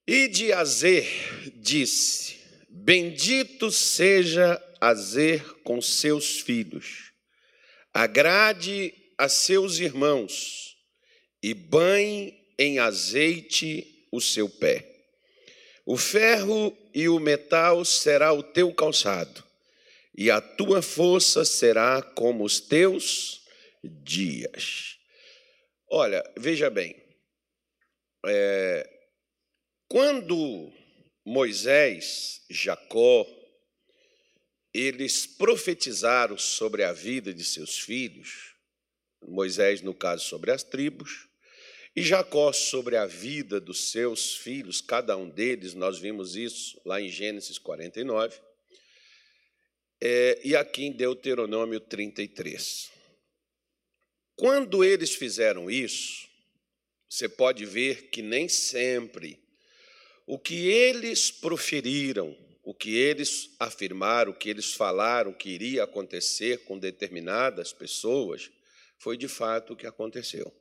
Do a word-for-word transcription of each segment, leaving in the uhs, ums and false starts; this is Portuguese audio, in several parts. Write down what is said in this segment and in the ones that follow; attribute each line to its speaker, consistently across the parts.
Speaker 1: E de Azer disse: bendito seja Azer com seus filhos, agrade a seus irmãos e banhe em azeite o seu pé. O ferro e o metal será o teu calçado, e a tua força será como os teus dias. Olha, veja bem, é, quando Moisés, Jacó, eles profetizaram sobre a vida de seus filhos, Moisés, no caso, sobre as tribos, e Jacó sobre a vida dos seus filhos, cada um deles, nós vimos isso lá em Gênesis quarenta e nove, é, e aqui em Deuteronômio trinta e três. Quando eles fizeram isso, você pode ver que nem sempre o que eles proferiram, o que eles afirmaram, o que eles falaram que iria acontecer com determinadas pessoas, foi de fato o que aconteceu.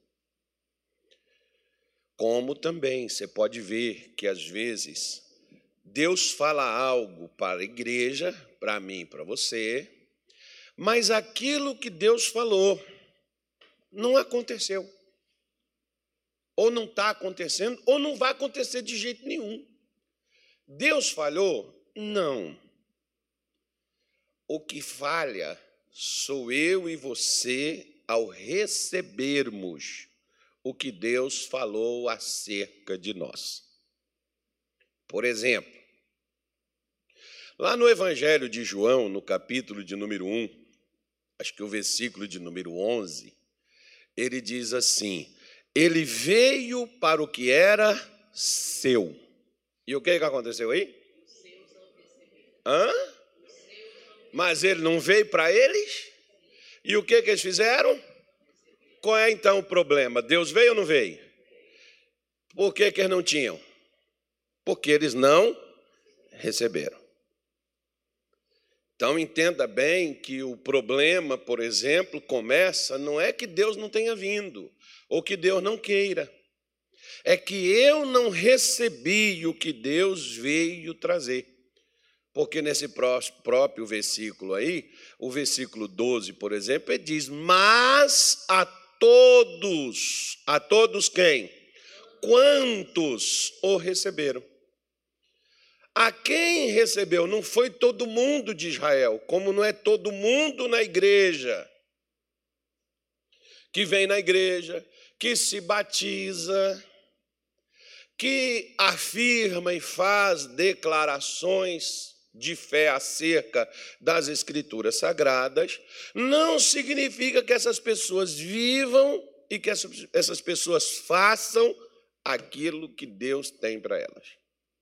Speaker 1: Como também você pode ver que, às vezes, Deus fala algo para a igreja, para mim, para você, mas aquilo que Deus falou não aconteceu. Ou não está acontecendo, ou não vai acontecer de jeito nenhum. Deus falhou? Não. O que falha sou eu e você ao recebermos o que Deus falou acerca de nós. Por exemplo, lá no Evangelho de João, no capítulo de número um, acho que o versículo de número onze, ele diz assim: ele veio para o que era seu. E o que que aconteceu aí? Hã? Mas ele não veio para eles? E o que que eles fizeram? Qual é então o problema? Deus veio ou não veio? Por que que eles não tinham? Porque eles não receberam. Então entenda bem que o problema, por exemplo, começa, não é que Deus não tenha vindo, ou que Deus não queira. É que eu não recebi o que Deus veio trazer. Porque nesse próprio versículo aí, o versículo doze, por exemplo, ele diz: mas a todos, a todos quem? Quantos o receberam? A quem recebeu? Não foi todo mundo de Israel, como não é todo mundo na igreja, que vem na igreja, que se batiza, que afirma e faz declarações de fé acerca das Escrituras Sagradas, não significa que essas pessoas vivam e que essas pessoas façam aquilo que Deus tem para elas.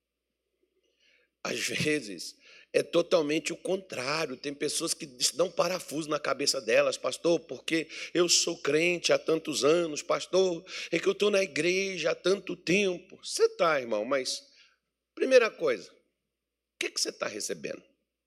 Speaker 1: Às vezes, é totalmente o contrário. Tem pessoas que dão parafuso na cabeça delas: pastor, porque eu sou crente há tantos anos, pastor, é que eu estou na igreja há tanto tempo. Você está, irmão, mas, primeira coisa, o que, que você está recebendo?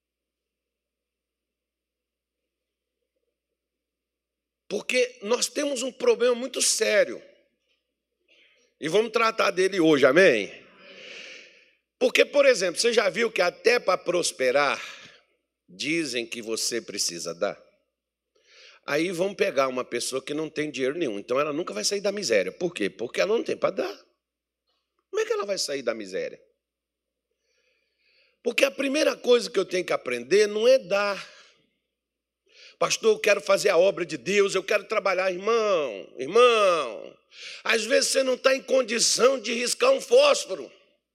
Speaker 1: Porque nós temos um problema muito sério, e vamos tratar dele hoje, amém? Porque, por exemplo, você já viu que até para prosperar, dizem que você precisa dar? Aí vão pegar uma pessoa que não tem dinheiro nenhum, então ela nunca vai sair da miséria. Por quê? Porque ela não tem para dar. Como é que ela vai sair da miséria? Porque a primeira coisa que eu tenho que aprender não é dar. Pastor, eu quero fazer a obra de Deus, eu quero trabalhar. Irmão, irmão, às vezes você não está em condição de riscar um fósforo.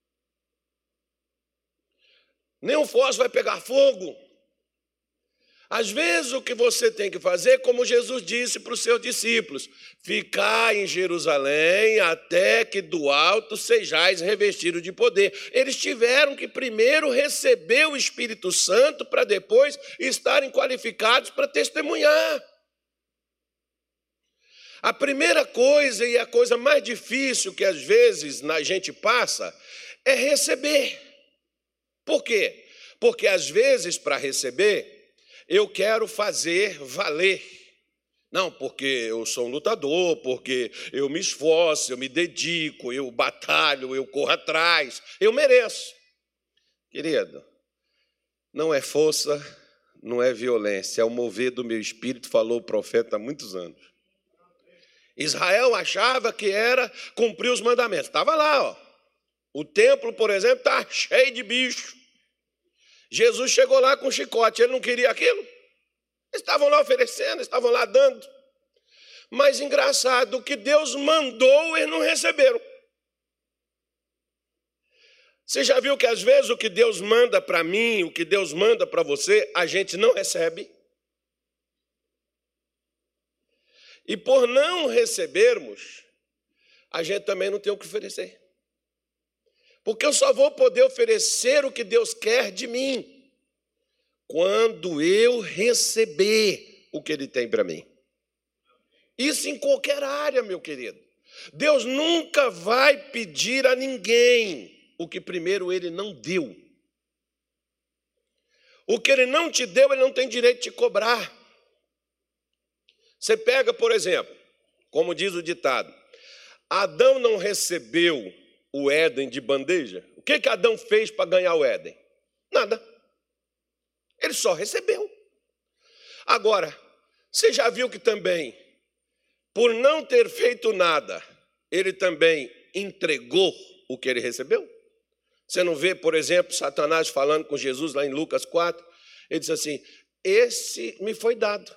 Speaker 1: Nem o fósforo vai pegar fogo. Às vezes o que você tem que fazer, como Jesus disse para os seus discípulos: ficar em Jerusalém até que do alto sejais revestidos de poder. Eles tiveram que primeiro receber o Espírito Santo para depois estarem qualificados para testemunhar. A primeira coisa e a coisa mais difícil que às vezes a gente passa é receber. Por quê? Porque às vezes para receber eu quero fazer valer. Não, porque eu sou um lutador, porque eu me esforço, eu me dedico, eu batalho, eu corro atrás, eu mereço. Querido, não é força, não é violência, é o mover do meu espírito, falou o profeta há muitos anos. Israel achava que era cumprir os mandamentos. Estava lá, ó. O templo, por exemplo, está cheio de bicho. Jesus chegou lá com um chicote, ele não queria aquilo? Eles estavam lá oferecendo, estavam lá dando. Mas engraçado, o que Deus mandou, eles não receberam. Você já viu que às vezes o que Deus manda para mim, o que Deus manda para você, a gente não recebe? E por não recebermos, a gente também não tem o que oferecer. Porque eu só vou poder oferecer o que Deus quer de mim quando eu receber o que Ele tem para mim. Isso em qualquer área, meu querido. Deus nunca vai pedir a ninguém o que primeiro Ele não deu. O que Ele não te deu, Ele não tem direito de te cobrar. Você pega, por exemplo, como diz o ditado, Adão não recebeu o Éden de bandeja. O que que Adão fez para ganhar o Éden? Nada. Ele só recebeu. Agora, você já viu que também, por não ter feito nada, ele também entregou o que ele recebeu? Você não vê, por exemplo, Satanás falando com Jesus lá em Lucas quatro? Ele diz assim, esse me foi dado.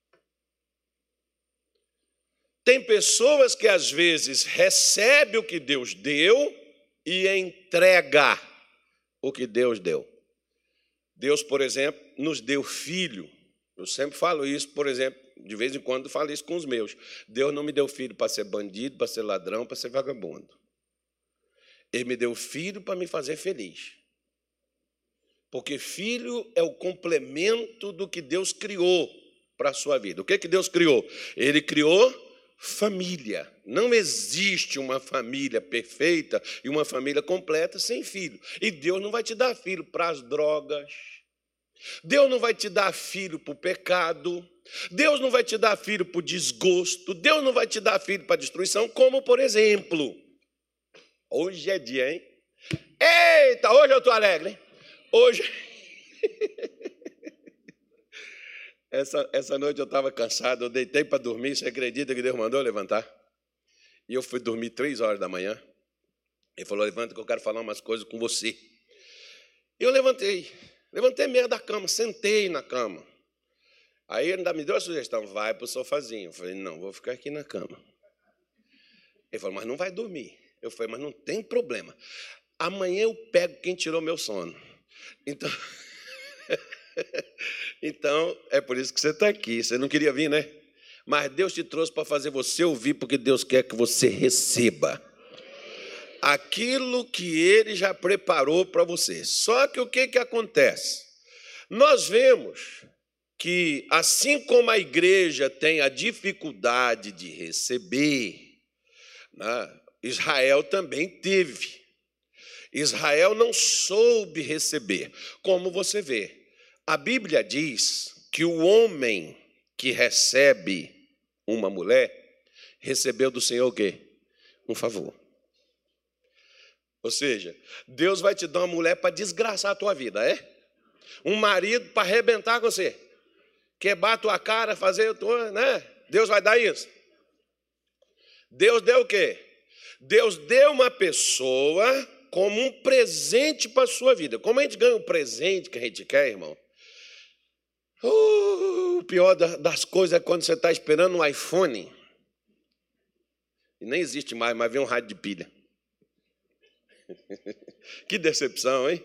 Speaker 1: Tem pessoas que às vezes recebem o que Deus deu e entrega o que Deus deu. Deus, por exemplo, nos deu filho. Eu sempre falo isso, por exemplo, de vez em quando falo isso com os meus. Deus não me deu filho para ser bandido, para ser ladrão, para ser vagabundo. Ele me deu filho para me fazer feliz. Porque filho é o complemento do que Deus criou para a sua vida. O que que Deus criou? Ele criou família. Não existe uma família perfeita e uma família completa sem filho. E Deus não vai te dar filho para as drogas. Deus não vai te dar filho para o pecado. Deus não vai te dar filho para o desgosto. Deus não vai te dar filho para a destruição, como, por exemplo, hoje é dia, hein? Eita, hoje eu estou alegre, hein? Hoje... Essa, essa noite eu estava cansado, eu deitei para dormir, você acredita que Deus mandou eu levantar? E eu fui dormir três horas da manhã. Ele falou, levanta que eu quero falar umas coisas com você. Eu levantei, levantei meio da cama, sentei na cama. Aí ele ainda me deu a sugestão, vai para o sofazinho. Eu falei, não, vou ficar aqui na cama. Ele falou, mas não vai dormir. Eu falei, mas não tem problema. Amanhã eu pego quem tirou meu sono. Então... Então, é por isso que você está aqui. Você não queria vir, né? Mas Deus te trouxe para fazer você ouvir, porque Deus quer que você receba aquilo que Ele já preparou para você. Só que o que, que acontece? Nós vemos que, assim como a igreja tem a dificuldade de receber, né, Israel também teve. Israel não soube receber. Como você vê, a Bíblia diz que o homem que recebe uma mulher recebeu do Senhor o quê? Um favor. Ou seja, Deus vai te dar uma mulher para desgraçar a tua vida, é? Um marido para arrebentar com você. Quebrar a tua cara, fazer, né? Deus vai dar isso. Deus deu o quê? Deus deu uma pessoa como um presente para a sua vida. Como a gente ganha um presente que a gente quer, irmão? Uh, o pior das coisas é quando você está esperando um iPhone. E nem existe mais, mas vem um rádio de pilha. Que decepção, hein?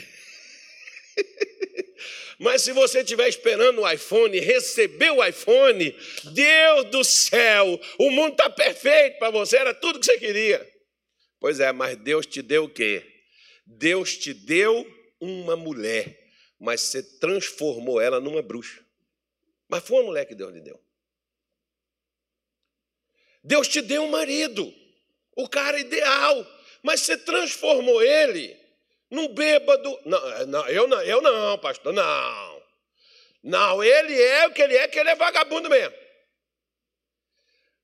Speaker 1: Mas se você estiver esperando o iPhone, receber o iPhone, Deus do céu, o mundo está perfeito para você, era tudo que você queria. Pois é, mas Deus te deu o quê? Deus te deu uma mulher, mas você transformou ela numa bruxa. Mas foi uma mulher que Deus lhe deu. Deus te deu um marido, o cara ideal, mas você transformou ele num bêbado. Não, não, eu não, eu não, pastor, não. Não, ele é o que ele é, que ele é vagabundo mesmo.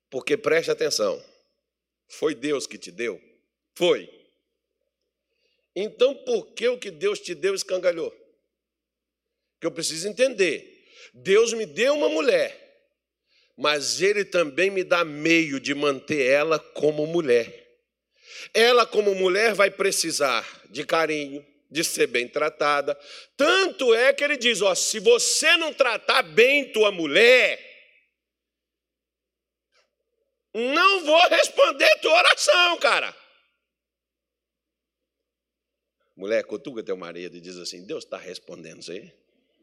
Speaker 1: Porque preste atenção, foi Deus que te deu? Foi. Então por que o que Deus te deu escangalhou? Que eu preciso entender. Deus me deu uma mulher, mas Ele também me dá meio de manter ela como mulher. Ela, como mulher, vai precisar de carinho, de ser bem tratada. Tanto é que Ele diz, ó, se você não tratar bem tua mulher, não vou responder tua oração, cara. Mulher, cutuca teu marido e diz assim, Deus está respondendo isso aí?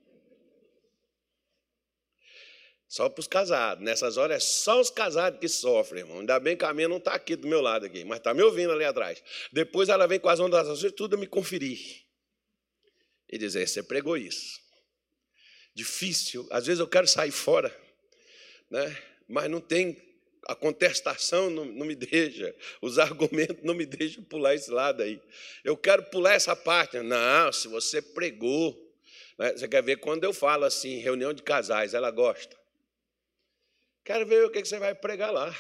Speaker 1: Só para os casados. Nessas horas é só os casados que sofrem, irmão. Ainda bem que a minha não está aqui do meu lado, aqui, mas está me ouvindo ali atrás. Depois ela vem com as ondas azuis, tudo me conferir. E dizer, você pregou isso. Difícil. Às vezes eu quero sair fora, né? Mas não tem, a contestação não, não me deixa, os argumentos não me deixam pular esse lado aí. Eu quero pular essa parte. Não, se você pregou. Né? Você quer ver quando eu falo assim, reunião de casais, ela gosta. Quero ver o que você vai pregar lá.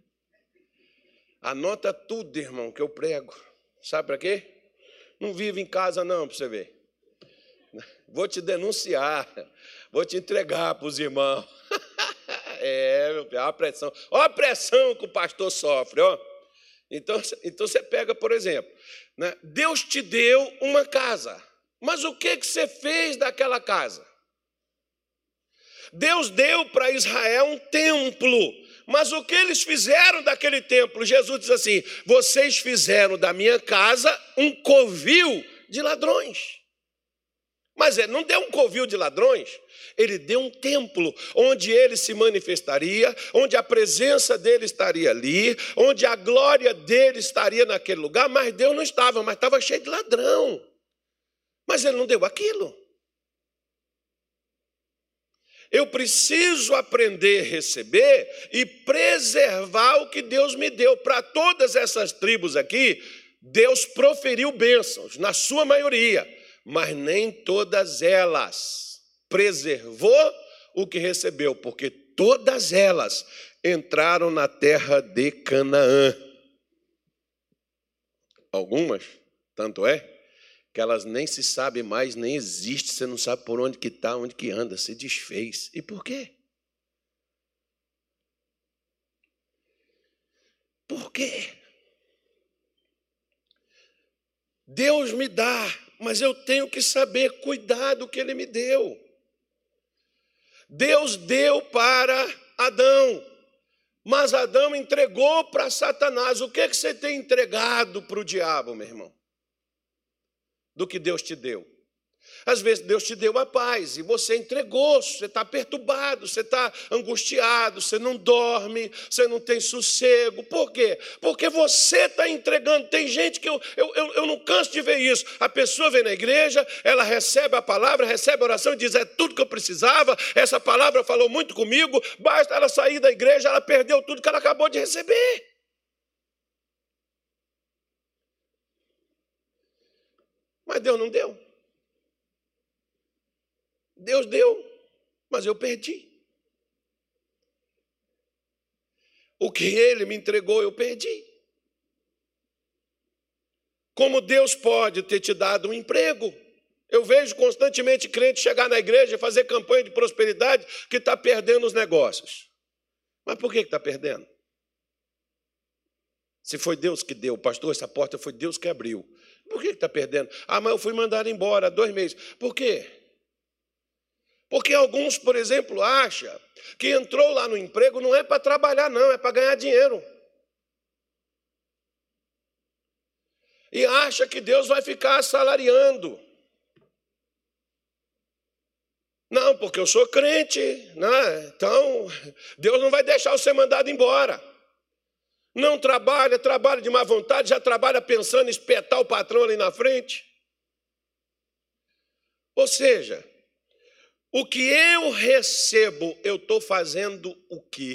Speaker 1: Anota tudo, irmão, que eu prego. Sabe para quê? Não vive em casa, não, para você ver. Vou te denunciar. Vou te entregar para os irmãos. É, meu filho, olha a pressão. Olha a pressão que o pastor sofre. Ó. Então, então você pega, por exemplo, né? Deus te deu uma casa. Mas o que, que você fez daquela casa? Deus deu para Israel um templo, mas o que eles fizeram daquele templo? Jesus diz assim, vocês fizeram da minha casa um covil de ladrões. Mas ele não deu um covil de ladrões, ele deu um templo, onde ele se manifestaria, onde a presença dele estaria ali, onde a glória dele estaria naquele lugar, mas Deus não estava, mas estava cheio de ladrão. Mas ele não deu aquilo. Eu preciso aprender a receber e preservar o que Deus me deu. Para todas essas tribos aqui, Deus proferiu bênçãos, na sua maioria, mas nem todas elas preservou o que recebeu, porque todas elas entraram na terra de Canaã. Algumas, tanto é, que elas nem se sabem mais, nem existe, você não sabe por onde que está, onde que anda, se desfez. E por quê? Por quê? Deus me dá, mas eu tenho que saber cuidar do que Ele me deu. Deus deu para Adão, mas Adão entregou para Satanás. O que, que você tem entregado para o diabo, meu irmão? Do que Deus te deu. Às vezes Deus te deu a paz e você entregou, você está perturbado, você está angustiado, você não dorme, você não tem sossego. Por quê? Porque você está entregando. Tem gente que eu, eu, eu, eu não canso de ver isso. A pessoa vem na igreja, ela recebe a palavra, recebe a oração e diz, é tudo que eu precisava, essa palavra falou muito comigo, basta ela sair da igreja, ela perdeu tudo que ela acabou de receber. Mas Deus não deu. Deus deu, mas eu perdi. O que Ele me entregou, eu perdi. Como Deus pode ter te dado um emprego? Eu vejo constantemente crente chegar na igreja e fazer campanha de prosperidade que está perdendo os negócios. Mas por que está perdendo? Se foi Deus que deu, pastor, essa porta foi Deus que abriu. Por que está perdendo? Ah, mas eu fui mandado embora há dois meses. Por quê? Porque alguns, por exemplo, acham que entrou lá no emprego não é para trabalhar, não, é para ganhar dinheiro. E acha que Deus vai ficar assalariando. Não, porque eu sou crente, né? Então Deus não vai deixar você mandado embora. Não trabalha, trabalha de má vontade, já trabalha pensando em espetar o patrão ali na frente. Ou seja, o que eu recebo, eu estou fazendo o quê?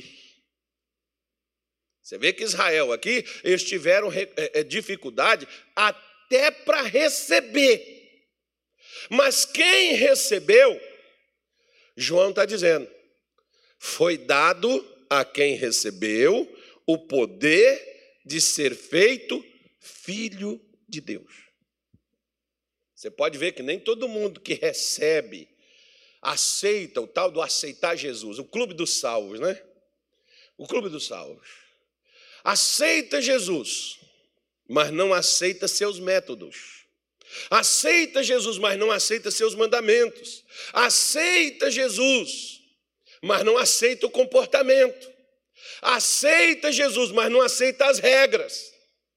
Speaker 1: Você vê que Israel aqui, eles tiveram dificuldade até para receber. Mas quem recebeu, João está dizendo, foi dado a quem recebeu o poder de ser feito filho de Deus. Você pode ver que nem todo mundo que recebe, aceita o tal do aceitar Jesus, o clube dos salvos, né? O clube dos salvos. Aceita Jesus, mas não aceita seus métodos. Aceita Jesus, mas não aceita seus mandamentos. Aceita Jesus, mas não aceita o comportamento. Aceita Jesus, mas não aceita as regras.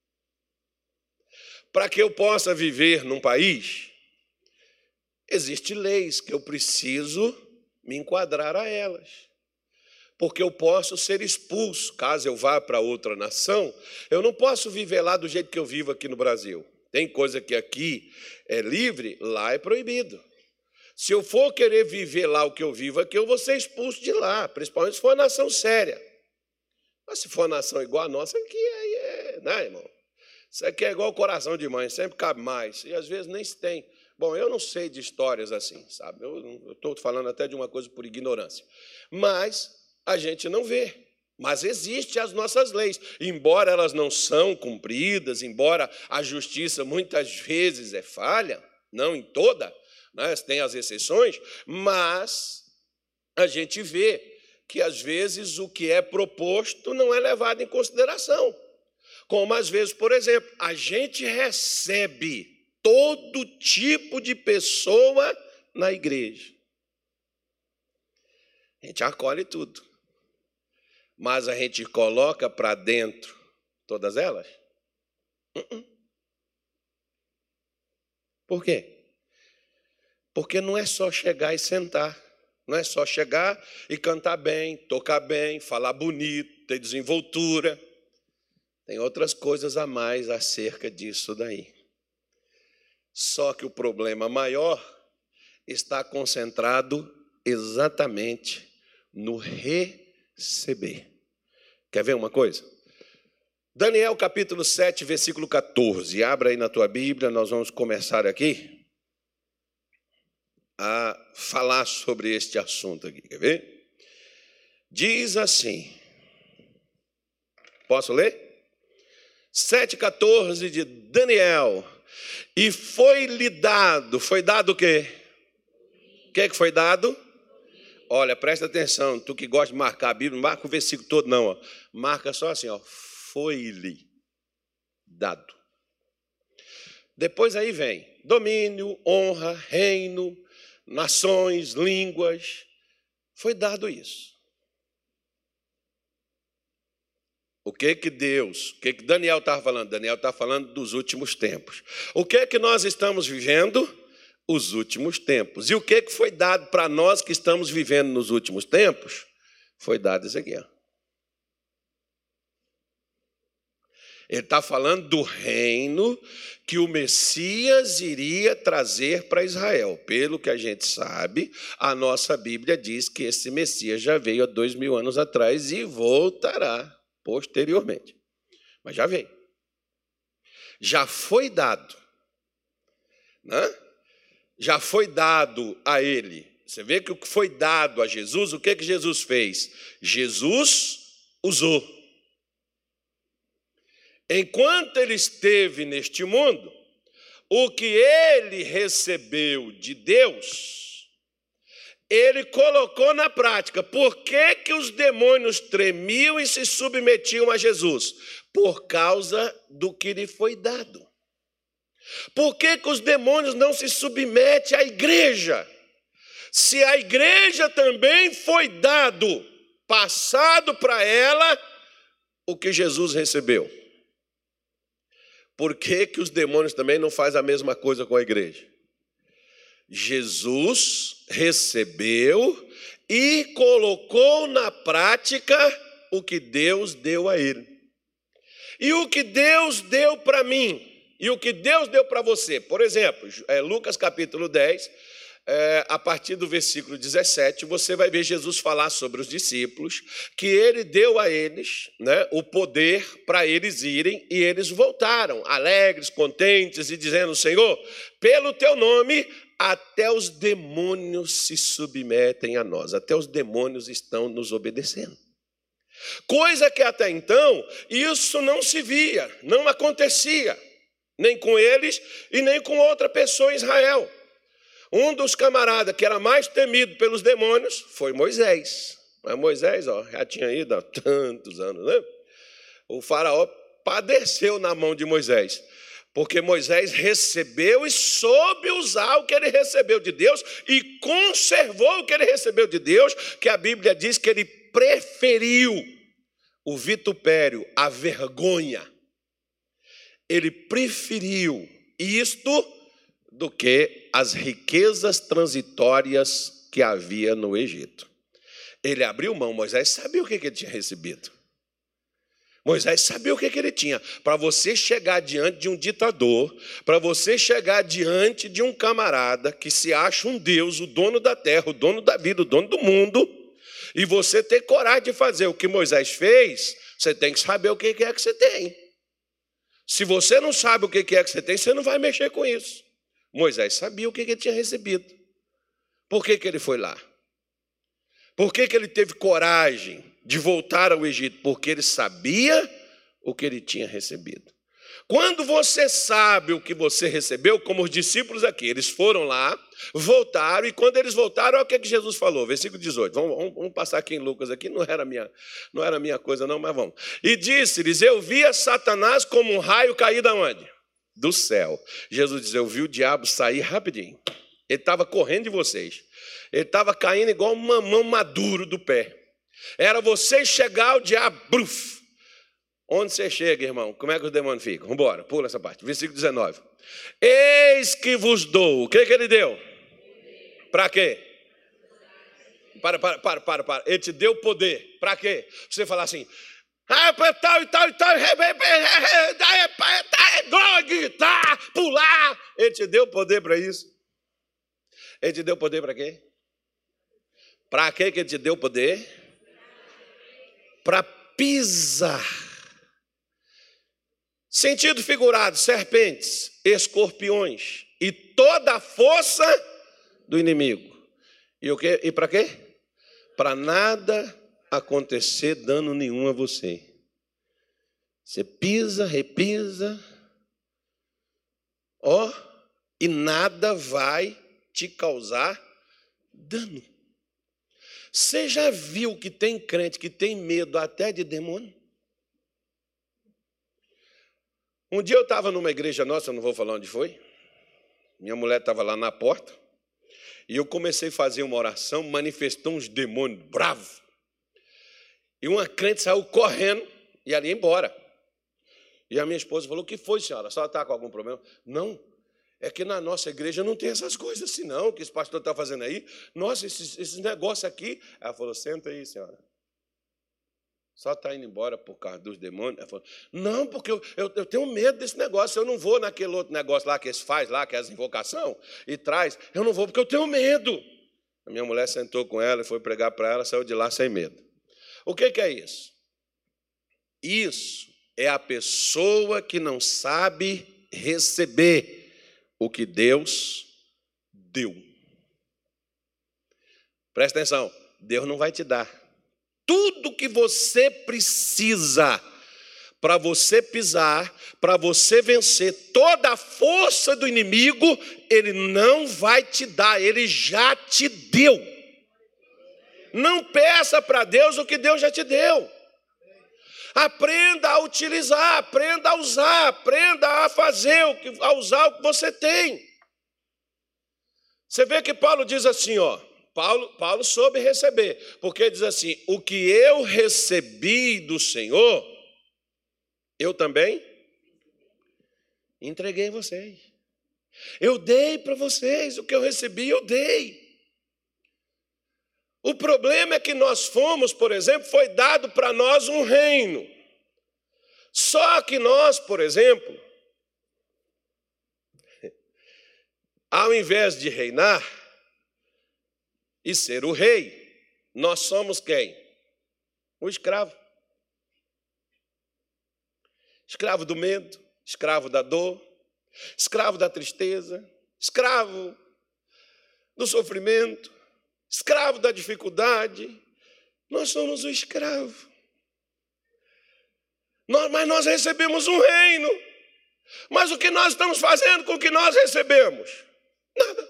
Speaker 1: Para que eu possa viver num país, existem leis que eu preciso me enquadrar a elas. Porque eu posso ser expulso, caso eu vá para outra nação, eu não posso viver lá do jeito que eu vivo aqui no Brasil. Tem coisa que aqui é livre, lá é proibido. Se eu for querer viver lá o que eu vivo aqui, eu vou ser expulso de lá, principalmente se for uma nação séria. Mas se for uma nação igual a nossa, aqui aí é, né, irmão? Isso aqui é igual o coração de mãe, sempre cabe mais, e às vezes nem se tem. Bom, eu não sei de histórias assim, sabe? Eu estou falando até de uma coisa por ignorância. Mas a gente não vê. Mas existem as nossas leis, embora elas não são cumpridas, embora a justiça muitas vezes é falha, não em toda, né? Tem as exceções, mas a gente vê que às vezes o que é proposto não é levado em consideração. Como às vezes, por exemplo, a gente recebe todo tipo de pessoa na igreja. A gente acolhe tudo. Mas a gente coloca para dentro todas elas? Uh-uh. Por quê? Porque não é só chegar e sentar. Não é só chegar e cantar bem, tocar bem, falar bonito, ter desenvoltura. Tem outras coisas a mais acerca disso daí. Só que o problema maior está concentrado exatamente no receber. Quer ver uma coisa? Daniel capítulo sete, versículo quatorze. Abra aí na tua Bíblia, nós vamos começar aqui a falar sobre este assunto aqui. Quer ver? Diz assim. Posso ler? sete, quatorze de Daniel. E foi-lhe dado, foi dado o quê? O que, que foi dado? Olha, presta atenção, tu que gosta de marcar a Bíblia, não marca o versículo todo não, ó. Marca só assim, ó, foi-lhe dado. Depois aí vem domínio, honra, reino, nações, línguas, foi dado isso. O que que Deus, o que que Daniel estava falando? Daniel está falando dos últimos tempos. O que que nós estamos vivendo? Os últimos tempos. E o que que foi dado para nós que estamos vivendo nos últimos tempos? Foi dado isso aqui, ó. Ele está falando do reino que o Messias iria trazer para Israel. Pelo que a gente sabe, a nossa Bíblia diz que esse Messias já veio há dois mil anos atrás e voltará posteriormente. Mas já veio. Já foi dado. Né? Já foi dado a ele. Você vê que o que foi dado a Jesus, o que que Jesus fez? Jesus usou. Enquanto ele esteve neste mundo, o que ele recebeu de Deus, ele colocou na prática. Por que que os demônios tremiam e se submetiam a Jesus? Por causa do que lhe foi dado. Por que que os demônios não se submetem à igreja? Se a igreja também foi dado, passado para ela, o que Jesus recebeu. Por que que os demônios também não fazem a mesma coisa com a igreja? Jesus recebeu e colocou na prática o que Deus deu a ele. E o que Deus deu para mim, e o que Deus deu para você. Por exemplo, Lucas capítulo dez, é, a partir do versículo dezessete, você vai ver Jesus falar sobre os discípulos, que ele deu a eles, né, o poder para eles irem, e eles voltaram, alegres, contentes, e dizendo: Senhor, pelo teu nome, até os demônios se submetem a nós, até os demônios estão nos obedecendo. Coisa que até então isso não se via, não acontecia, nem com eles e nem com outra pessoa em Israel. Um dos camaradas que era mais temido pelos demônios foi Moisés. Mas Moisés, ó, já tinha ido há tantos anos, né? O faraó padeceu na mão de Moisés, porque Moisés recebeu e soube usar o que ele recebeu de Deus e conservou o que ele recebeu de Deus, que a Bíblia diz que ele preferiu o vitupério, a vergonha. Ele preferiu isto do que as riquezas transitórias que havia no Egito. Ele abriu mão. Moisés sabia o que ele tinha recebido. Moisés sabia o que ele tinha. Para você chegar diante de um ditador, para você chegar diante de um camarada que se acha um Deus, o dono da terra, o dono da vida, o dono do mundo, e você ter coragem de fazer o que Moisés fez, você tem que saber o que é que você tem. Se você não sabe o que é que você tem, você não vai mexer com isso. Moisés sabia o que ele tinha recebido. Por que que ele foi lá? Por que que ele teve coragem de voltar ao Egito? Porque ele sabia o que ele tinha recebido. Quando você sabe o que você recebeu, como os discípulos aqui, eles foram lá, voltaram, e quando eles voltaram, olha o que que Jesus falou, versículo dezoito. Vamos, vamos, vamos passar aqui em Lucas, aqui não era minha, não era minha coisa não, mas vamos. E disse-lhes, eu via Satanás como um raio cair da onde? Do céu. Jesus diz, eu vi o diabo sair rapidinho. Ele estava correndo de vocês. Ele estava caindo igual um mamão maduro do pé. Era você chegar, o diabo, bruf. Onde você chega, irmão? Como é que os demônios ficam? Vamos embora, pula essa parte. Versículo dezenove. Eis que vos dou. O que que ele deu? Para quê? Para, para, para, para, para. Ele te deu poder. Para quê? Você falar assim, ah, tal e tal e tal, gritar, pular. Ele te deu poder para isso. Ele te deu poder para quê? Para quê que ele te deu poder? Para pisar. Sentido figurado, serpentes, escorpiões e toda a força do inimigo. E o quê? E para quê? Para nada acontecer dano nenhum a você. Você pisa, repisa, ó, e nada vai te causar dano. Você já viu que tem crente que tem medo até de demônio? Um dia eu estava numa igreja nossa, não vou falar onde foi. Minha mulher estava lá na porta. E eu comecei a fazer uma oração, manifestou uns demônios bravos. E uma crente saiu correndo e ela ia embora. E a minha esposa falou, o que foi, senhora? A senhora está com algum problema? Não, é que na nossa igreja não tem essas coisas assim não, que esse pastor está fazendo aí. Nossa, esses, esses negócios aqui. Ela falou, senta aí, senhora. Só está indo embora por causa dos demônios? Ela falou, não, porque eu, eu, eu tenho medo desse negócio. Eu não vou naquele outro negócio lá que eles fazem, lá, que é as invocações, e traz. Eu não vou porque eu tenho medo. A minha mulher sentou com ela e foi pregar para ela, saiu de lá sem medo. O que, que é isso? Isso é a pessoa que não sabe receber o que Deus deu. Presta atenção, Deus não vai te dar. Tudo que você precisa para você pisar, para você vencer toda a força do inimigo, ele não vai te dar, ele já te deu. Não peça para Deus o que Deus já te deu. Aprenda a utilizar, aprenda a usar, aprenda a fazer, o que, a usar o que você tem. Você vê que Paulo diz assim, ó, Paulo, Paulo soube receber, porque diz assim, o que eu recebi do Senhor, eu também entreguei a vocês. Eu dei para vocês, o que eu recebi, eu dei. O problema é que nós fomos, por exemplo, foi dado para nós um reino. Só que nós, por exemplo, ao invés de reinar e ser o rei, nós somos quem? O escravo. Escravo do medo, escravo da dor, escravo da tristeza, escravo do sofrimento, escravo da dificuldade. Nós somos o escravo. Nós, mas nós recebemos um reino. Mas o que nós estamos fazendo com o que nós recebemos? Nada.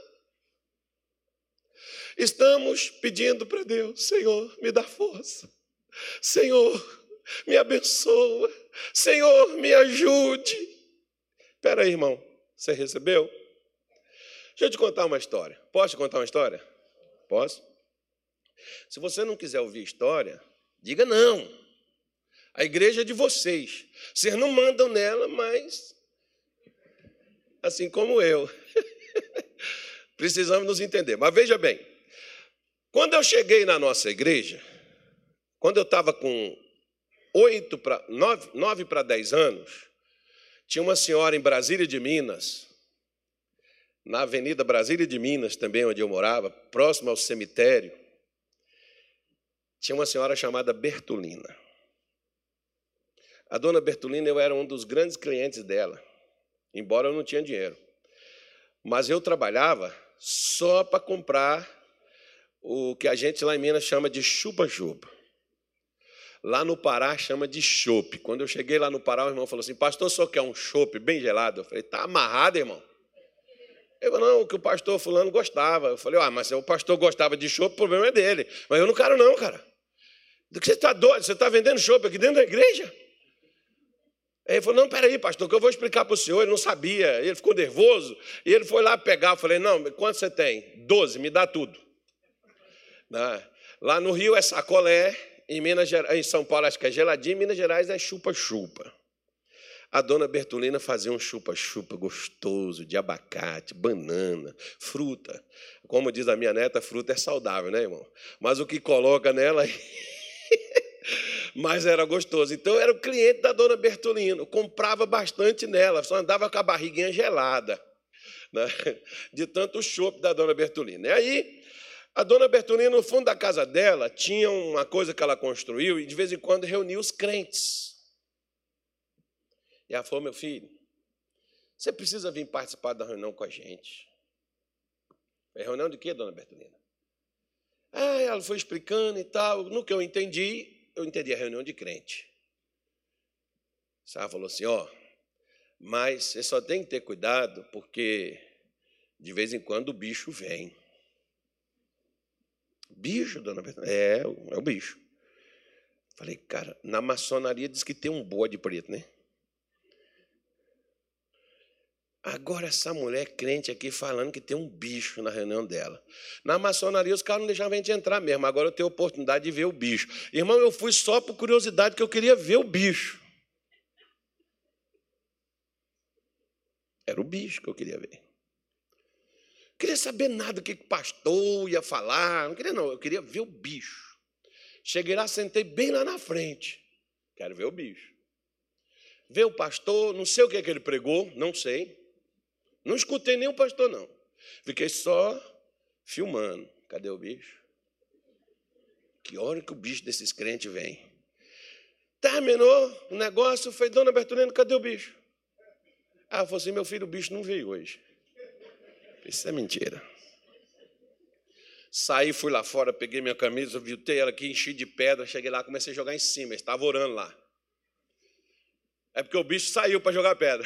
Speaker 1: Estamos pedindo para Deus: Senhor, me dá força. Senhor, me abençoa. Senhor, me ajude. Espera aí, irmão. Você recebeu? Deixa eu te contar uma história. Posso te contar uma história? Posso? Se você não quiser ouvir história, diga não. A igreja é de vocês. Vocês não mandam nela, mas assim como eu. Precisamos nos entender. Mas veja bem, quando eu cheguei na nossa igreja, quando eu estava com oito para nove, nove para dez anos, tinha uma senhora em Brasília de Minas, na Avenida Brasília de Minas, também onde eu morava, próximo ao cemitério, tinha uma senhora chamada Bertolina. A dona Bertolina, eu era um dos grandes clientes dela, embora eu não tinha dinheiro. Mas eu trabalhava só para comprar o que a gente lá em Minas chama de chupa-chupa. Lá no Pará chama de chope. Quando eu cheguei lá no Pará, o irmão falou assim: pastor, só quer um chope bem gelado? Eu falei: tá amarrado, irmão? Ele falou: não, que o pastor fulano gostava. Eu falei: ah, mas se o pastor gostava de chope, o problema é dele. Mas eu não quero não, cara. Do que você está doido? Você está vendendo chope aqui dentro da igreja? Aí ele falou: não, peraí, pastor, que eu vou explicar para o senhor. Ele não sabia, ele ficou nervoso. E ele foi lá pegar. Eu falei: não, quanto você tem? Doze, me dá tudo. Lá no Rio é sacolé, em, Minas Gerais, em São Paulo acho que é geladinho, em Minas Gerais é chupa-chupa. A dona Bertolina fazia um chupa-chupa gostoso, de abacate, banana, fruta. Como diz a minha neta, fruta é saudável, né, irmão? Mas o que coloca nela... Mas era gostoso. Então, eu era o cliente da dona Bertolina. Eu comprava bastante nela, só andava com a barriguinha gelada, né? De tanto chope da dona Bertolina. E aí, a dona Bertolina, no fundo da casa dela, tinha uma coisa que ela construiu e, de vez em quando, reunia os crentes. E ela falou: meu filho, você precisa vir participar da reunião com a gente. É reunião de quê, dona Bertolina? Ah, ela foi explicando e tal. No que eu entendi, eu entendi a reunião de crente. Ela falou assim: ó, mas você só tem que ter cuidado, porque de vez em quando o bicho vem. Bicho, dona Bertolina? É, é o bicho. Falei: cara, na maçonaria diz que tem um bode preto, né? Agora essa mulher crente aqui falando que tem um bicho na reunião dela. Na maçonaria os caras não deixavam a gente entrar mesmo. Agora eu tenho a oportunidade de ver o bicho. Irmão, eu fui só por curiosidade, que eu queria ver o bicho. Era o bicho que eu queria ver. Não queria saber nada do que o pastor ia falar. Não queria não, eu queria ver o bicho. Cheguei lá, sentei bem lá na frente. Quero ver o bicho. Ver o pastor, não sei o que é que ele pregou, não sei. Não escutei nem o pastor, não. Fiquei só filmando. Cadê o bicho? Que hora que o bicho desses crentes vem? Terminou o negócio, foi: dona Bertolina, cadê o bicho? Ah, eu falei assim: meu filho, o bicho não veio hoje. Isso é mentira. Saí, fui lá fora, peguei minha camisa, viltei ela aqui, enchi de pedra, cheguei lá, comecei a jogar em cima. Eles estavam orando lá. É porque o bicho saiu para jogar pedra.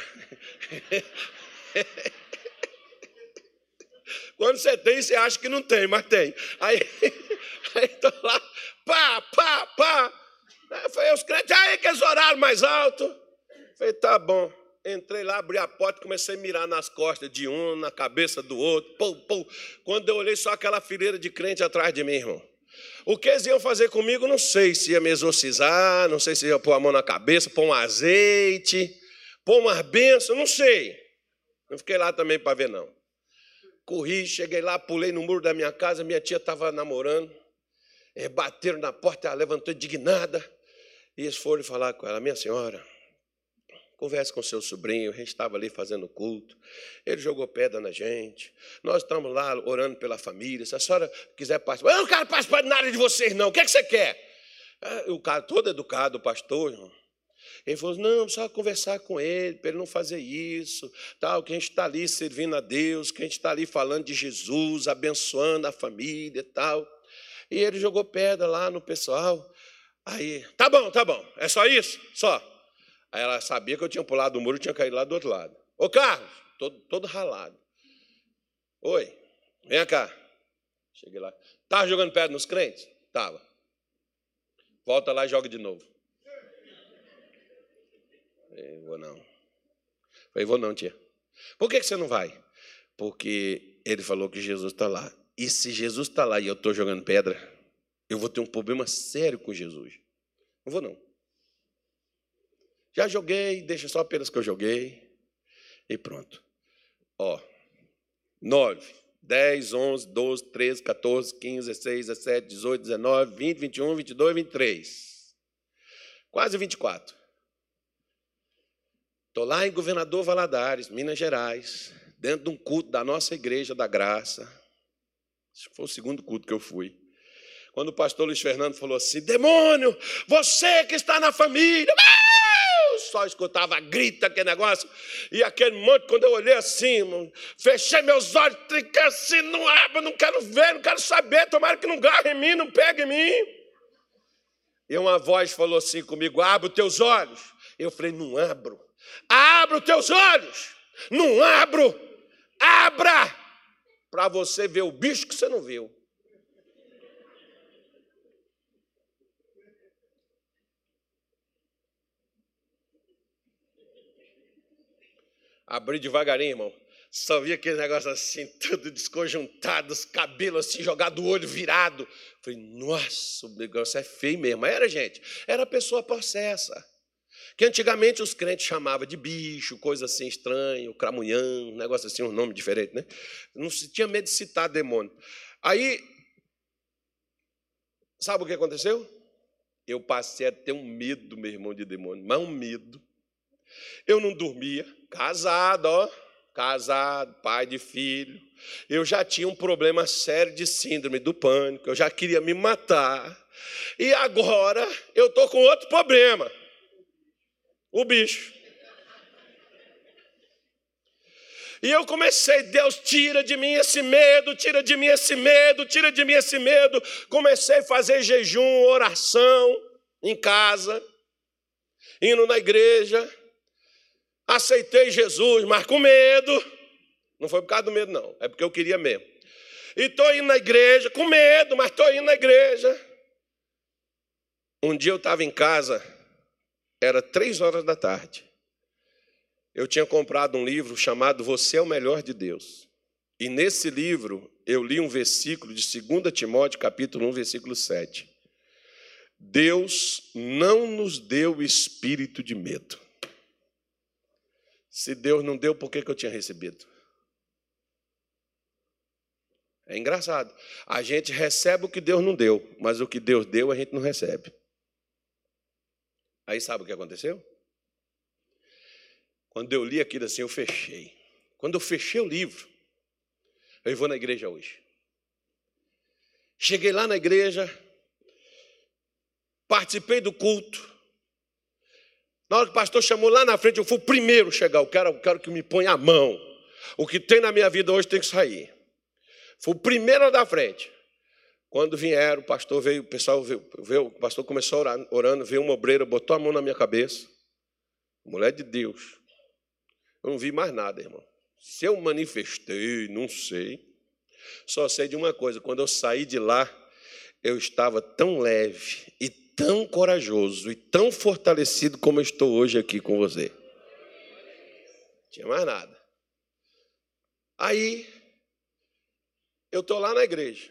Speaker 1: Quando você tem, você acha que não tem, mas tem. Aí estou lá, pá, pá, pá. Aí foi os crentes: aí que eles oraram mais alto. Falei: tá bom. Entrei lá, abri a porta, comecei a mirar nas costas de um, na cabeça do outro. Pum, pum. Quando eu olhei, só aquela fileira de crente atrás de mim, irmão. O que eles iam fazer comigo, não sei. Se ia me exorcizar, não sei se ia pôr a mão na cabeça, pôr um azeite, pôr umas bênçãos, não sei. Não fiquei lá também para ver, não. Corri, cheguei lá, pulei no muro da minha casa, minha tia estava namorando. É, bateram na porta, ela levantou indignada. E eles foram falar com ela: minha senhora, converse com seu sobrinho, a gente estava ali fazendo culto. Ele jogou pedra na gente. Nós estamos lá orando pela família. Se a senhora quiser participar... Eu não quero participar de nada de vocês, não. O que é que você quer? O cara todo educado, o pastor, irmão. Ele falou: não, só conversar com ele, para ele não fazer isso, tal, que a gente está ali servindo a Deus, que a gente está ali falando de Jesus, abençoando a família e tal. E ele jogou pedra lá no pessoal. Aí, tá bom, tá bom, é só isso? Só. Aí ela sabia que eu tinha pulado o muro e tinha caído lá do outro lado. Ô, Carlos, todo, todo ralado. Oi, vem cá. Cheguei lá. Estava jogando pedra nos crentes? Estava. Volta lá e joga de novo. Falei, vou não. Falei, vou não, tia. Por que você não vai? Porque ele falou que Jesus está lá. E se Jesus está lá e eu estou jogando pedra, eu vou ter um problema sério com Jesus. Não vou não. Já joguei, deixa só apenas que eu joguei. E pronto. Ó, nove, dez, onze, doze, treze, quatorze, quinze, dezesseis, dezessete, dezoito, dezenove, vinte, vinte e um, vinte e dois, vinte e três. Quase vinte e quatro. Estou lá em Governador Valadares, Minas Gerais, dentro de um culto da nossa Igreja da Graça. Acho que foi o segundo culto que eu fui. Quando o pastor Luiz Fernando falou assim, demônio, você que está na família... Eu só escutava grita, aquele negócio. E aquele monte, quando eu olhei assim, irmão, fechei meus olhos, trinquei assim, não abro, não quero ver, não quero saber, tomara que não garre em mim, não pegue em mim. E uma voz falou assim comigo, abre os teus olhos. Eu falei, não abro. Abra os teus olhos. Não abro. Abra. Para você ver o bicho que você não viu. Abri devagarinho, irmão. Só vi aquele negócio assim, tudo desconjuntado, os cabelos assim, jogado, o olho virado. Falei, nossa, o negócio é feio mesmo. Mas era, gente, era a pessoa possessa. Que antigamente os crentes chamavam de bicho, coisa assim estranha, cramunhão, um negócio assim, um nome diferente, né? Não se tinha medo de citar demônio. Aí, sabe o que aconteceu? Eu passei a ter um medo, meu irmão, de demônio, mas um medo. Eu não dormia, casado, ó, casado, pai de filho. Eu já tinha um problema sério de síndrome do pânico, eu já queria me matar. E agora eu estou com outro problema, o bicho. E eu comecei, Deus, tira de mim esse medo, tira de mim esse medo, tira de mim esse medo. Comecei a fazer jejum, oração em casa, indo na igreja. Aceitei Jesus, mas com medo. Não foi por causa do medo, não. É porque eu queria mesmo. E estou indo na igreja, com medo, mas estou indo na igreja. Um dia eu estava em casa, era três horas da tarde. Eu tinha comprado um livro chamado Você é o Melhor de Deus. E nesse livro eu li um versículo de Segunda Timóteo, capítulo um, versículo sete. Deus não nos deu espírito de medo. Se Deus não deu, por que que eu tinha recebido? É engraçado. A gente recebe o que Deus não deu, mas o que Deus deu a gente não recebe. Aí sabe o que aconteceu? Quando eu li aquilo assim, eu fechei. Quando eu fechei o livro, eu vou na igreja hoje. Cheguei lá na igreja, participei do culto. Na hora que o pastor chamou lá na frente, eu fui o primeiro a chegar. Eu quero, eu quero que me ponha a mão. O que tem na minha vida hoje tem que sair. Fui o primeiro da frente. Quando vieram, o pastor veio, o pessoal veio, veio, o pastor começou a orar, orando, veio uma obreira, botou a mão na minha cabeça. Mulher de Deus. Eu não vi mais nada, irmão. Se eu manifestei, não sei. Só sei de uma coisa, quando eu saí de lá, eu estava tão leve e tão corajoso e tão fortalecido como eu estou hoje aqui com você. Não tinha mais nada. Aí, eu estou lá na igreja.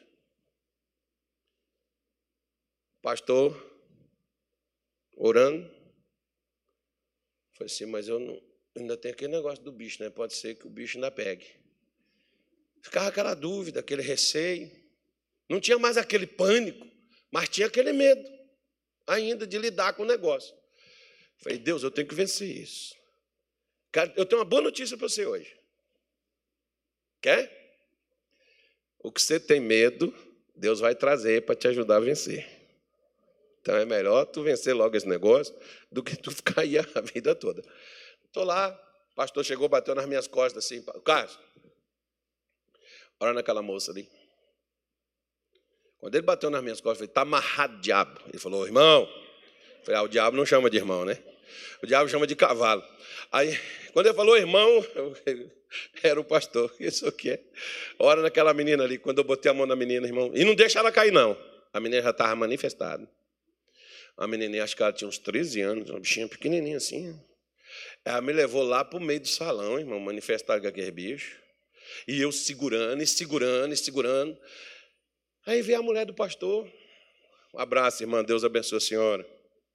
Speaker 1: Pastor, orando. Falei assim, mas eu não, ainda tem aquele negócio do bicho, né? Pode ser que o bicho ainda pegue. Ficava aquela dúvida, aquele receio. Não tinha mais aquele pânico, mas tinha aquele medo ainda de lidar com o negócio. Falei, Deus, eu tenho que vencer isso. Cara, eu tenho uma boa notícia para você hoje. Quer? O que você tem medo, Deus vai trazer para te ajudar a vencer. Então é melhor tu vencer logo esse negócio do que tu ficar aí a vida toda. Estou lá, o pastor chegou, bateu nas minhas costas assim, Carlos, olha naquela moça ali. Quando ele bateu nas minhas costas, eu falei, está amarrado, diabo. Ele falou, irmão. Eu falei, ah, o diabo não chama de irmão, né? O diabo chama de cavalo. Aí, quando ele falou irmão, eu, era o pastor. Isso aqui é. Ora naquela menina ali, quando eu botei a mão na menina, irmão. E não deixa ela cair, não. A menina já estava manifestada. A menininha, acho que ela tinha uns treze anos, uma bichinha pequenininha assim. Ela me levou lá para o meio do salão, irmão, manifestar com aquele bicho. E eu segurando, e segurando, e segurando. Aí veio a mulher do pastor. Um abraço, irmã, Deus abençoe a senhora.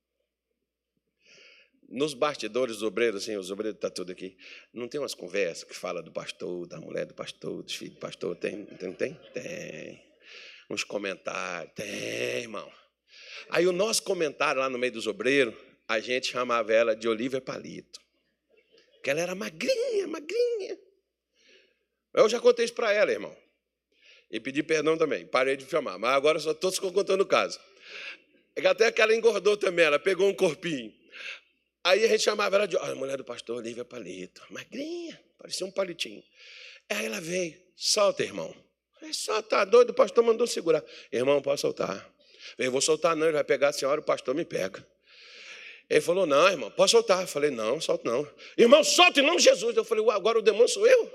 Speaker 1: Nos bastidores dos obreiros, assim, os obreiros estão tudo aqui, não tem umas conversas que fala do pastor, da mulher do pastor, dos filhos do pastor? Tem? Tem? Tem? Tem. Uns comentários. Tem, irmão. Aí o nosso comentário lá no meio dos obreiros, a gente chamava ela de Olívia Palito. Porque ela era magrinha, magrinha. Eu já contei isso para ela, irmão. E pedi perdão também. Parei de filmar. Mas agora só estou contando o caso. Até que ela engordou também. Ela pegou um corpinho. Aí a gente chamava ela de... Olha, a mulher do pastor Olívia Palito. Magrinha. Parecia um palitinho. Aí ela veio. Solta, irmão. É só tá doido. O pastor mandou segurar. Irmão, pode soltar. Eu vou soltar não. Ele vai pegar a senhora. O pastor me pega. Ele falou, não, irmão, pode soltar. Eu falei, não, solta não. Irmão, solta em nome de Jesus. Eu falei, agora o demônio sou eu?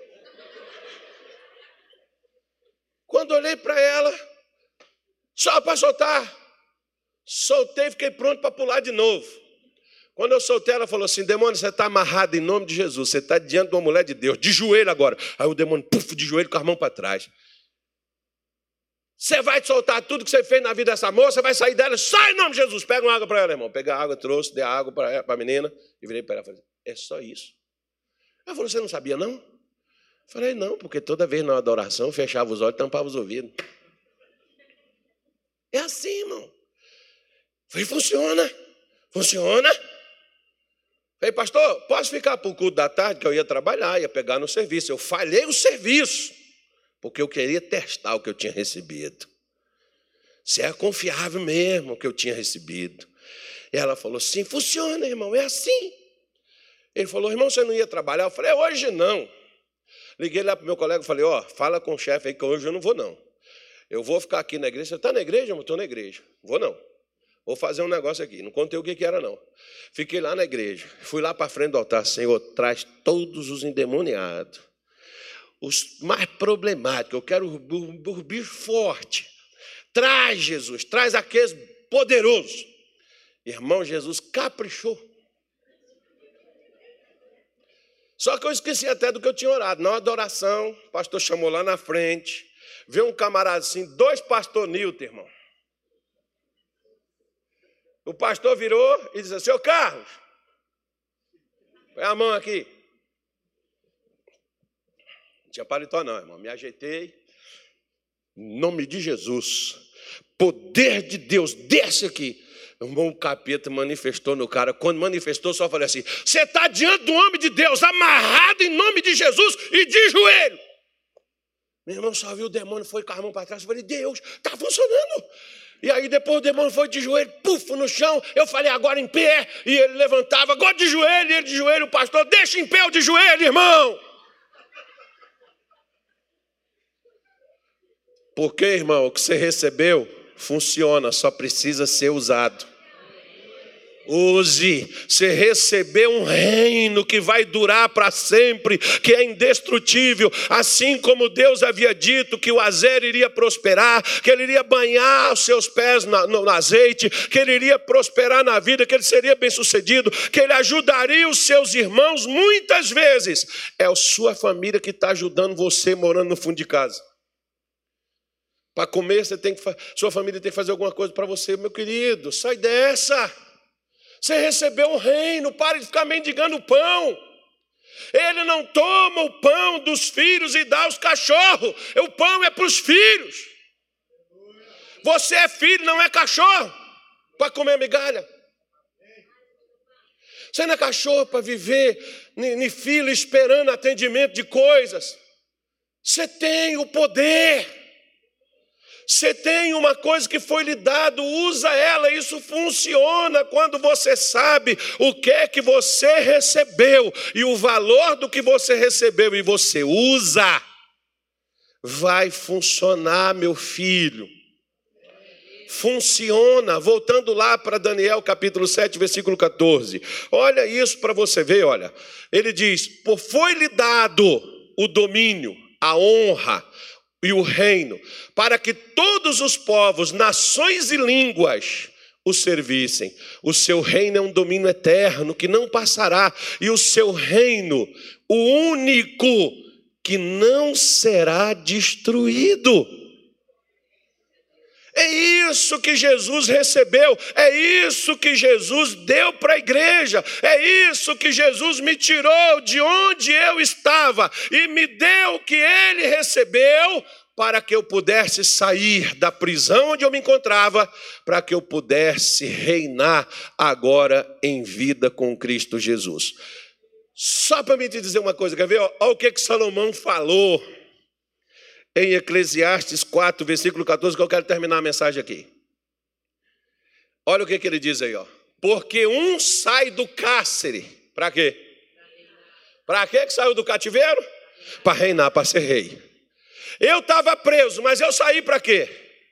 Speaker 1: Quando olhei para ela, só para soltar. Soltei e fiquei pronto para pular de novo. Quando eu soltei, ela falou assim, demônio, você está amarrado em nome de Jesus. Você está diante de uma mulher de Deus, de joelho agora. Aí o demônio, puf, de joelho com a mão para trás. Você vai soltar tudo que você fez na vida dessa moça, vai sair dela, sai em nome de Jesus. Pega uma água para ela, irmão. Peguei a água, trouxe, dei a água para a menina e virei para ela e falei, é só isso. Ela falou, você não sabia, não? Eu falei, não, porque toda vez na adoração eu fechava os olhos e tampava os ouvidos. É assim, irmão. Eu falei, funciona, funciona. Eu falei, pastor, posso ficar para o culto da tarde, que eu ia trabalhar, ia pegar no serviço. Eu falhei o serviço. Porque eu queria testar o que eu tinha recebido. Se é confiável mesmo o que eu tinha recebido. E ela falou assim, funciona, irmão, é assim. Ele falou, irmão, você não ia trabalhar? Eu falei, hoje não. Liguei lá para o meu colega e falei, ó, fala com o chefe aí que hoje eu não vou não. Eu vou ficar aqui na igreja. Você está na igreja? Eu estou na igreja. Vou não. Vou fazer um negócio aqui. Não contei o que, que era não. Fiquei lá na igreja. Fui lá para frente do altar. Senhor, traz todos os endemoniados. Os mais problemáticos, eu quero o bicho forte. Traz, Jesus, traz aqueles poderosos. Irmão, Jesus caprichou. Só que eu esqueci até do que eu tinha orado. Na adoração, o pastor chamou lá na frente. Veio um camarada assim, dois pastor Nilton, irmão. O pastor virou e disse assim, seu Carlos, põe a mão aqui. Tinha paletó não, irmão. Me ajeitei. Em nome de Jesus. Poder de Deus, desce aqui. Irmão, o capeta manifestou no cara. Quando manifestou, só falei assim, você está diante do homem de Deus, amarrado em nome de Jesus e de joelho. Meu irmão só viu o demônio, foi com a mão para trás. Eu falei, Deus, está funcionando. E aí depois o demônio foi de joelho, puf, no chão. Eu falei, agora em pé. E ele levantava, agora de joelho, e ele de joelho. O pastor, deixa em pé o de joelho, irmão. Porque, irmão, o que você recebeu funciona, só precisa ser usado. Use. Você recebeu um reino que vai durar para sempre, que é indestrutível. Assim como Deus havia dito que o azeite iria prosperar, que ele iria banhar os seus pés no, no azeite, que ele iria prosperar na vida, que ele seria bem sucedido, que ele ajudaria os seus irmãos muitas vezes. É a sua família que está ajudando você morando no fundo de casa. Para comer, você tem que, sua família tem que fazer alguma coisa para você, meu querido. Sai dessa. Você recebeu um reino, pare de ficar mendigando o pão. Ele não toma o pão dos filhos e dá aos cachorros. O pão é para os filhos. Você é filho, não é cachorro para comer migalha. Você não é cachorro para viver em fila esperando atendimento de coisas. Você tem o poder. Você tem uma coisa que foi lhe dado, usa ela. Isso funciona quando você sabe o que é que você recebeu e o valor do que você recebeu e você usa. Vai funcionar, meu filho. funciona. Voltando lá para Daniel capítulo sete, versículo quatorze. Olha isso para você ver, olha. Ele diz, por foi-lhe dado o domínio, a honra e o reino, para que todos os povos, nações e línguas o servissem. O seu reino é um domínio eterno que não passará, e o seu reino, o único que não será destruído. É isso que Jesus recebeu, é isso que Jesus deu para a igreja, é isso que Jesus me tirou de onde eu estava e me deu o que ele recebeu, para que eu pudesse sair da prisão onde eu me encontrava, para que eu pudesse reinar agora em vida com Cristo Jesus. Só para me te dizer uma coisa, quer ver? Olha o que, que Salomão falou em Eclesiastes quatro, versículo quatorze, que eu quero terminar a mensagem aqui. Olha o que, que ele diz aí, ó. Porque um sai do cárcere, para quê? Para quê que saiu do cativeiro? Para reinar, para ser rei. Eu estava preso, mas eu saí para quê?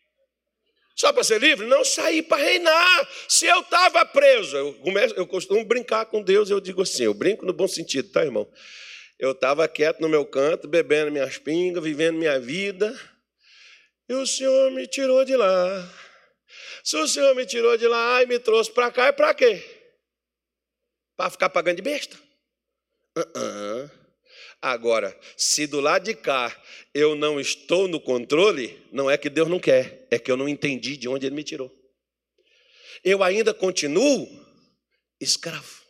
Speaker 1: Só para ser livre? Não, saí para reinar. Se eu estava preso, eu, começo, eu costumo brincar com Deus, eu digo assim, eu brinco no bom sentido, tá, irmão? Eu estava quieto no meu canto, bebendo minhas pingas, vivendo minha vida, e o Senhor me tirou de lá. Se o Senhor me tirou de lá e me trouxe para cá, é para quê? Para ficar pagando de besta? Uh-uh. Agora, se do lado de cá eu não estou no controle, não é que Deus não quer, é que eu não entendi de onde Ele me tirou. Eu ainda continuo escravo.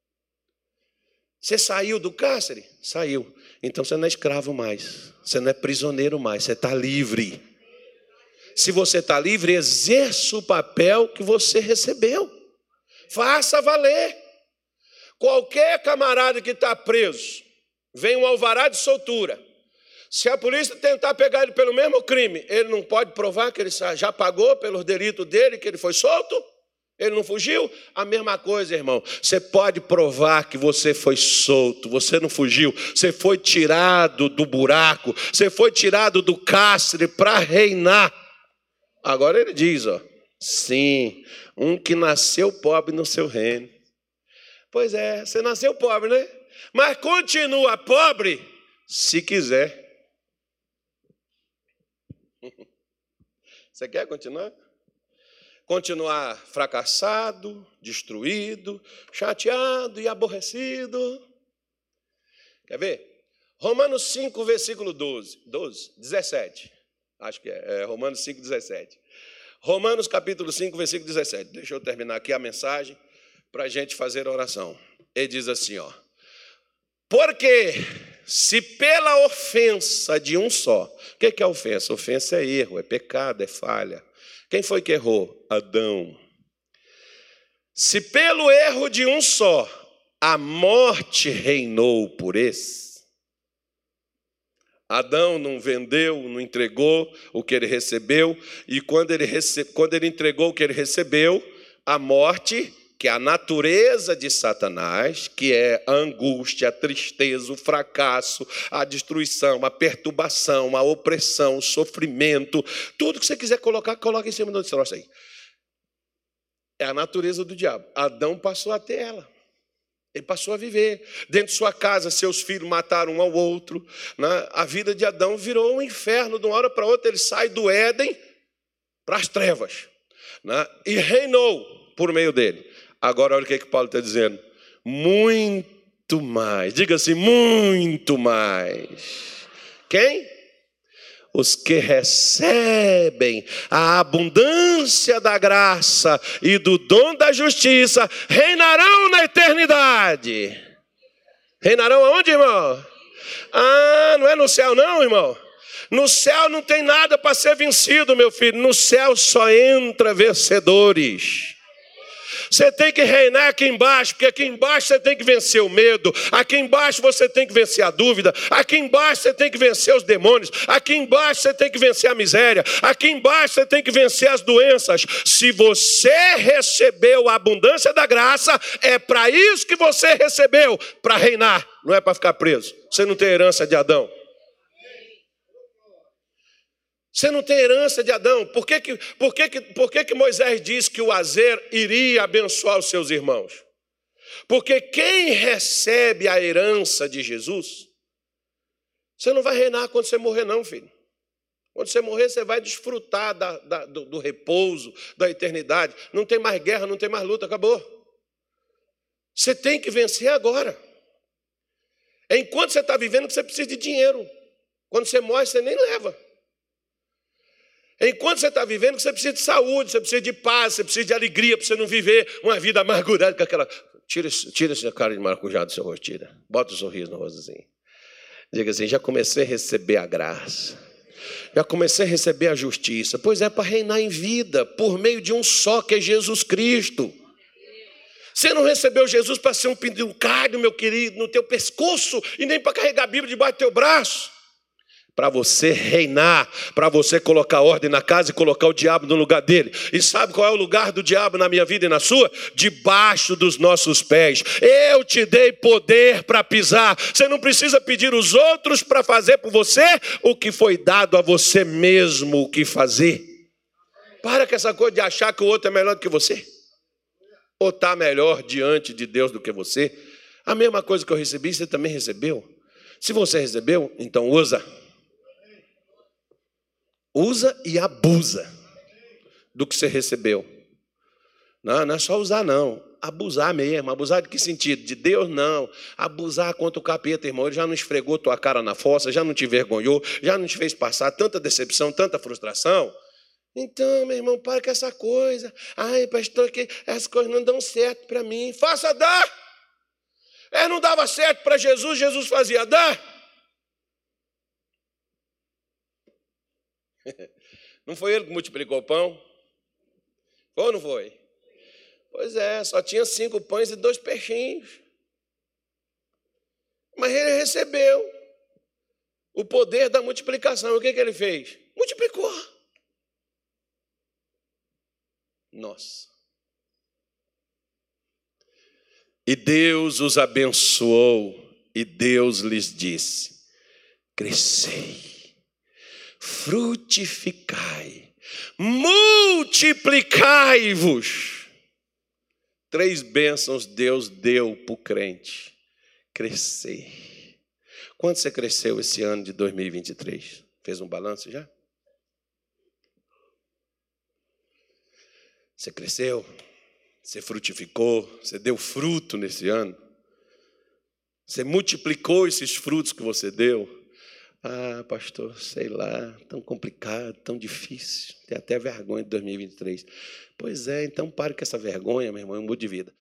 Speaker 1: Você saiu do cárcere? Saiu. Então você não é escravo mais, você não é prisioneiro mais, você está livre. Se você está livre, exerça o papel que você recebeu. Faça valer. Qualquer camarada que está preso, vem um alvará de soltura. Se a polícia tentar pegar ele pelo mesmo crime, ele não pode provar que ele já pagou pelos delitos dele, que ele foi solto? Ele não fugiu? A mesma coisa, irmão. Você pode provar que você foi solto, você não fugiu, você foi tirado do buraco, você foi tirado do cárcere para reinar. Agora ele diz, ó, sim, um que nasceu pobre no seu reino. Pois é, você nasceu pobre, né? Mas continua pobre se quiser. Você quer continuar? Continuar fracassado, destruído, chateado e aborrecido. Quer ver? Romanos cinco, versículo doze, doze, dezessete. Acho que é, é Romanos cinco, dezessete. Romanos capítulo cinco, versículo dezessete. Deixa eu terminar aqui a mensagem para a gente fazer a oração. Ele diz assim, ó. Porque se pela ofensa de um só... O que é ofensa? Ofensa é erro, é pecado, é falha. Quem foi que errou? Adão. Se pelo erro de um só a morte reinou por esse, Adão não vendeu, não entregou o que ele recebeu, e quando ele, rece... quando ele entregou o que ele recebeu, a morte... que é a natureza de Satanás, que é a angústia, a tristeza, o fracasso, a destruição, a perturbação, a opressão, o sofrimento, tudo que você quiser colocar, coloca em cima desse troço aí. É a natureza do diabo. Adão passou a ter ela. Ele passou a viver. Dentro de sua casa, seus filhos mataram um ao outro. Né? A vida de Adão virou um inferno. De uma hora para outra, ele sai do Éden para as trevas. Né? E reinou por meio dele. Agora, olha o que, é que Paulo está dizendo. Muito mais. Diga assim, muito mais. Quem? Os que recebem a abundância da graça e do dom da justiça reinarão na eternidade. Reinarão aonde, irmão? Ah, não é no céu não, irmão? No céu não tem nada para ser vencido, meu filho. No céu só entra vencedores. Você tem que reinar aqui embaixo, porque aqui embaixo você tem que vencer o medo, aqui embaixo você tem que vencer a dúvida, aqui embaixo você tem que vencer os demônios, aqui embaixo você tem que vencer a miséria, aqui embaixo você tem que vencer as doenças. Se você recebeu a abundância da graça, é para isso que você recebeu, para reinar, não é para ficar preso. Você não tem herança de Adão. Você não tem herança de Adão. Por que que, por que, que, por que, que Moisés disse que o Azer iria abençoar os seus irmãos? Porque quem recebe a herança de Jesus, você não vai reinar quando você morrer, não, filho. Quando você morrer, você vai desfrutar da, da, do, do repouso, da eternidade. Não tem mais guerra, não tem mais luta, acabou. Você tem que vencer agora. É enquanto você está vivendo que você precisa de dinheiro. Quando você morre, você nem leva. É enquanto você está vivendo que você precisa de saúde, você precisa de paz, você precisa de alegria para você não viver uma vida amargurada com aquela... Tira, tira essa cara de maracujá do seu rosto, tira. Bota um sorriso no rosto assim. Diga assim, já comecei a receber a graça. Já comecei a receber a justiça. Pois é, para reinar em vida, por meio de um só, que é Jesus Cristo. Você não recebeu Jesus para ser um penduricário, meu querido, no teu pescoço, e nem para carregar a Bíblia debaixo do teu braço. Para você reinar, para você colocar ordem na casa e colocar o diabo no lugar dele. E sabe qual é o lugar do diabo na minha vida e na sua? Debaixo dos nossos pés. Eu te dei poder para pisar. Você não precisa pedir os outros para fazer por você o que foi dado a você mesmo o que fazer. Para com essa coisa de achar que o outro é melhor do que você. Ou está melhor diante de Deus do que você. A mesma coisa que eu recebi, você também recebeu. Se você recebeu, então usa. Usa e abusa do que você recebeu. Não, não é só usar, não. Abusar mesmo. Abusar de que sentido? De Deus, não. Abusar contra o capeta, irmão. Ele já não esfregou tua cara na fossa, já não te envergonhou, já não te fez passar tanta decepção, tanta frustração. Então, meu irmão, para com essa coisa. Ai, pastor, que essas coisas não dão certo para mim. Faça dar. É, não dava certo para Jesus, Jesus fazia dar. Não foi ele que multiplicou o pão? Foi ou não foi? Pois é, só tinha cinco pães e dois peixinhos. Mas ele recebeu o poder da multiplicação. O que, que ele fez? Multiplicou. Nossa. E Deus os abençoou, e Deus lhes disse: crescei, frutificai, multiplicai-vos. Três bênçãos Deus deu para o crente. Crescer. Quanto você cresceu esse ano de dois mil e vinte e três? Fez um balanço já? Você cresceu? Você frutificou? Você deu fruto nesse ano? Você multiplicou esses frutos que você deu? Ah, pastor, sei lá, tão complicado, tão difícil. Tem até vergonha de dois mil e vinte e três. Pois é, então pare com essa vergonha, meu irmão, e mude de vida.